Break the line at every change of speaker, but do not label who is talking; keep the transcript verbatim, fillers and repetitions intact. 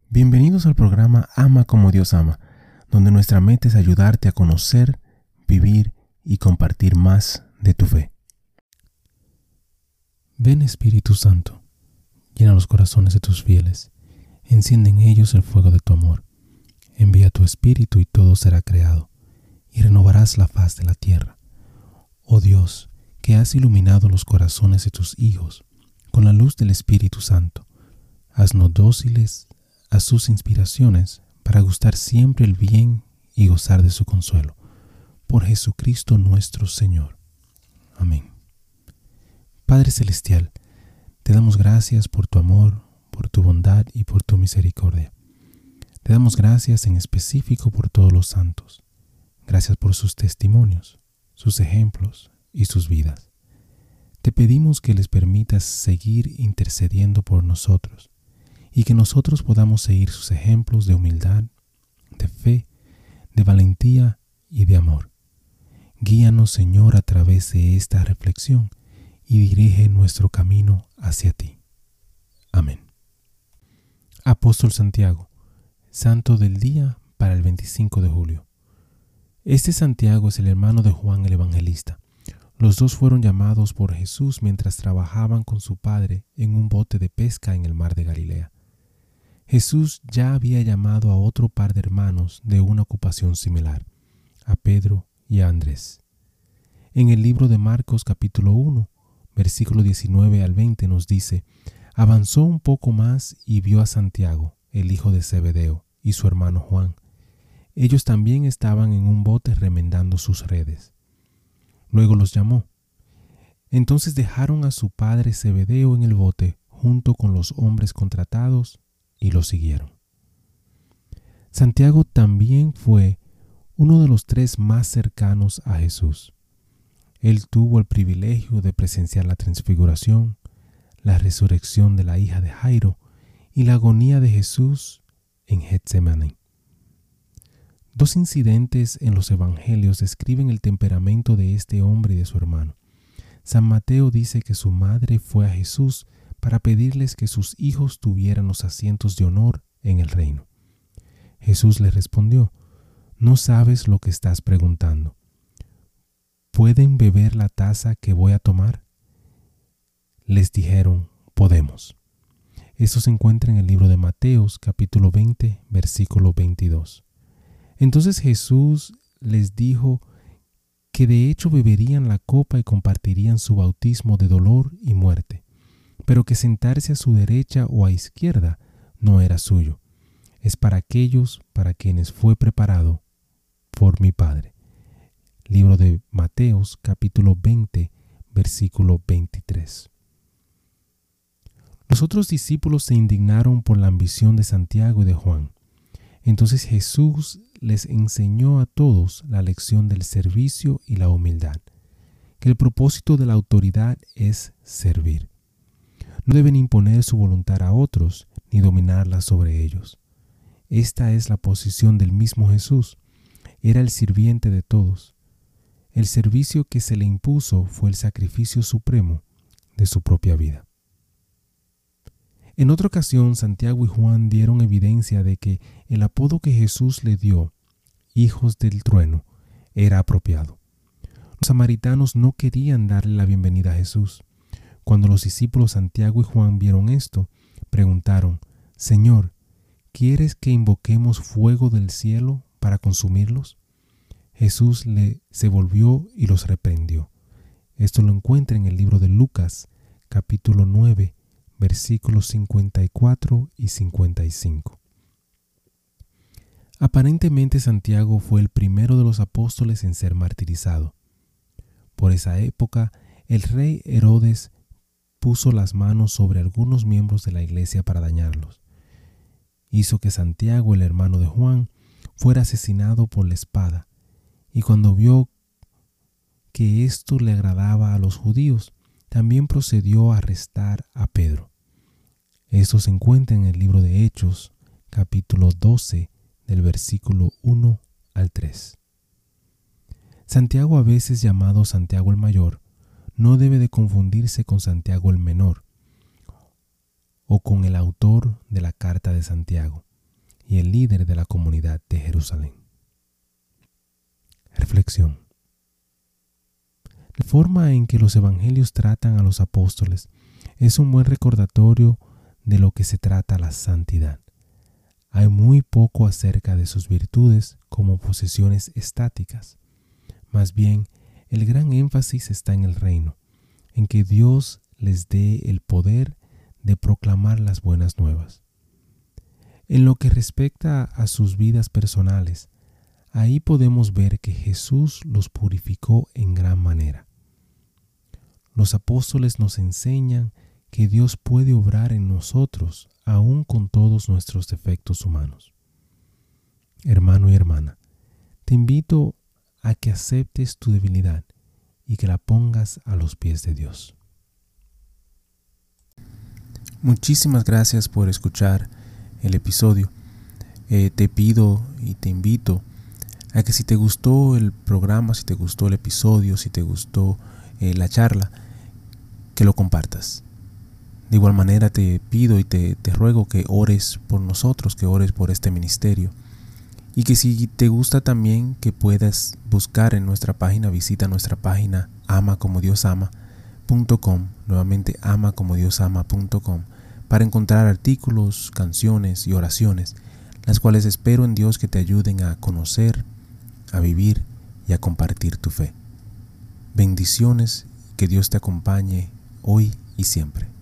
Bienvenidos al programa Ama como Dios ama, donde nuestra meta es ayudarte a conocer, vivir y compartir más de tu fe. Ven Espíritu Santo, llena los corazones de tus fieles, enciende en ellos el fuego de tu amor. Envía tu Espíritu y todo será creado, y renovarás la faz de la tierra. Oh Dios, que has iluminado los corazones de tus hijos con la luz del Espíritu Santo, haznos dóciles a sus inspiraciones para gustar siempre el bien y gozar de su consuelo. Por Jesucristo nuestro Señor. Amén. Padre Celestial, te damos gracias por tu amor, por tu bondad y por tu misericordia. Te damos gracias en específico por todos los santos. Gracias por sus testimonios, sus ejemplos y sus vidas. Te pedimos que les permitas seguir intercediendo por nosotros y que nosotros podamos seguir sus ejemplos de humildad, de fe, de valentía y de amor. Guíanos, Señor, a través de esta reflexión y dirige nuestro camino hacia ti. Amén. Apóstol Santiago, santo del día para el veinticinco de julio. Este Santiago es el hermano de Juan el Evangelista. Los dos fueron llamados por Jesús mientras trabajaban con su padre en un bote de pesca en el mar de Galilea. Jesús ya había llamado a otro par de hermanos de una ocupación similar, a Pedro y a Andrés. En el libro de Marcos capítulo uno, versículo diecinueve al veinte nos dice: avanzó un poco más y vio a Santiago, el hijo de Zebedeo, y su hermano Juan. Ellos también estaban en un bote remendando sus redes. Luego los llamó. Entonces dejaron a su padre Zebedeo en el bote junto con los hombres contratados y lo siguieron. Santiago también fue uno de los tres más cercanos a Jesús. Él tuvo el privilegio de presenciar la transfiguración, la resurrección de la hija de Jairo y la agonía de Jesús en Getsemaní. Dos incidentes en los evangelios describen el temperamento de este hombre y de su hermano. San Mateo dice que su madre fue a Jesús para pedirles que sus hijos tuvieran los asientos de honor en el reino. Jesús le respondió: no sabes lo que estás preguntando. ¿Pueden beber la taza que voy a tomar? Les dijeron: podemos. Esto se encuentra en el libro de Mateos, capítulo veinte, versículo veintidós. Entonces Jesús les dijo que de hecho beberían la copa y compartirían su bautismo de dolor y muerte, pero que sentarse a su derecha o a izquierda no era suyo. Es para aquellos para quienes fue preparado por mi Padre. Libro de Mateos, capítulo veinte, versículo veintitrés. Los otros discípulos se indignaron por la ambición de Santiago y de Juan. Entonces Jesús les enseñó a todos la lección del servicio y la humildad, que el propósito de la autoridad es servir. No deben imponer su voluntad a otros ni dominarla sobre ellos. Esta es la posición del mismo Jesús. Era el sirviente de todos. El servicio que se le impuso fue el sacrificio supremo de su propia vida. En otra ocasión, Santiago y Juan dieron evidencia de que el apodo que Jesús le dio, hijos del trueno, era apropiado. Los samaritanos no querían darle la bienvenida a Jesús. Cuando los discípulos Santiago y Juan vieron esto, preguntaron: Señor, ¿quieres que invoquemos fuego del cielo para consumirlos? Jesús le, se volvió y los reprendió. Esto lo encuentra en el libro de Lucas, capítulo nueve, versículos cincuenta y cuatro y cincuenta y cinco. Aparentemente Santiago fue el primero de los apóstoles en ser martirizado. Por esa época, el rey Herodes puso las manos sobre algunos miembros de la iglesia para dañarlos. Hizo que Santiago, el hermano de Juan, fuera asesinado por la espada, y cuando vio que esto le agradaba a los judíos, también procedió a arrestar a Pedro. Esto se encuentra en el libro de Hechos, capítulo doce, del versículo uno al tres. Santiago, a veces llamado Santiago el Mayor, no debe de confundirse con Santiago el Menor o con el autor de la carta de Santiago. y el líder de la comunidad de Jerusalén. Reflexión. La forma en que los evangelios tratan a los apóstoles es un buen recordatorio de lo que se trata la santidad. Hay muy poco acerca de sus virtudes como posesiones estáticas. Más bien, el gran énfasis está en el reino, en que Dios les dé el poder de proclamar las buenas nuevas. En lo que respecta a sus vidas personales, ahí podemos ver que Jesús los purificó en gran manera. Los apóstoles nos enseñan que Dios puede obrar en nosotros aún con todos nuestros defectos humanos. Hermano y hermana, te invito a que aceptes tu debilidad y que la pongas a los pies de Dios. Muchísimas gracias por escuchar el episodio. Eh, te pido y te invito a que si te gustó el programa, si te gustó el episodio, si te gustó eh, la charla, que lo compartas. De igual manera te pido y te, te ruego que ores por nosotros, que ores por este ministerio. Y que si te gusta también que puedas buscar en nuestra página, visita nuestra página ama como dios ama punto com, nuevamente ama como dios ama punto com, para encontrar artículos, canciones y oraciones, las cuales espero en Dios que te ayuden a conocer, a vivir y a compartir tu fe. Bendiciones, que Dios te acompañe hoy y siempre.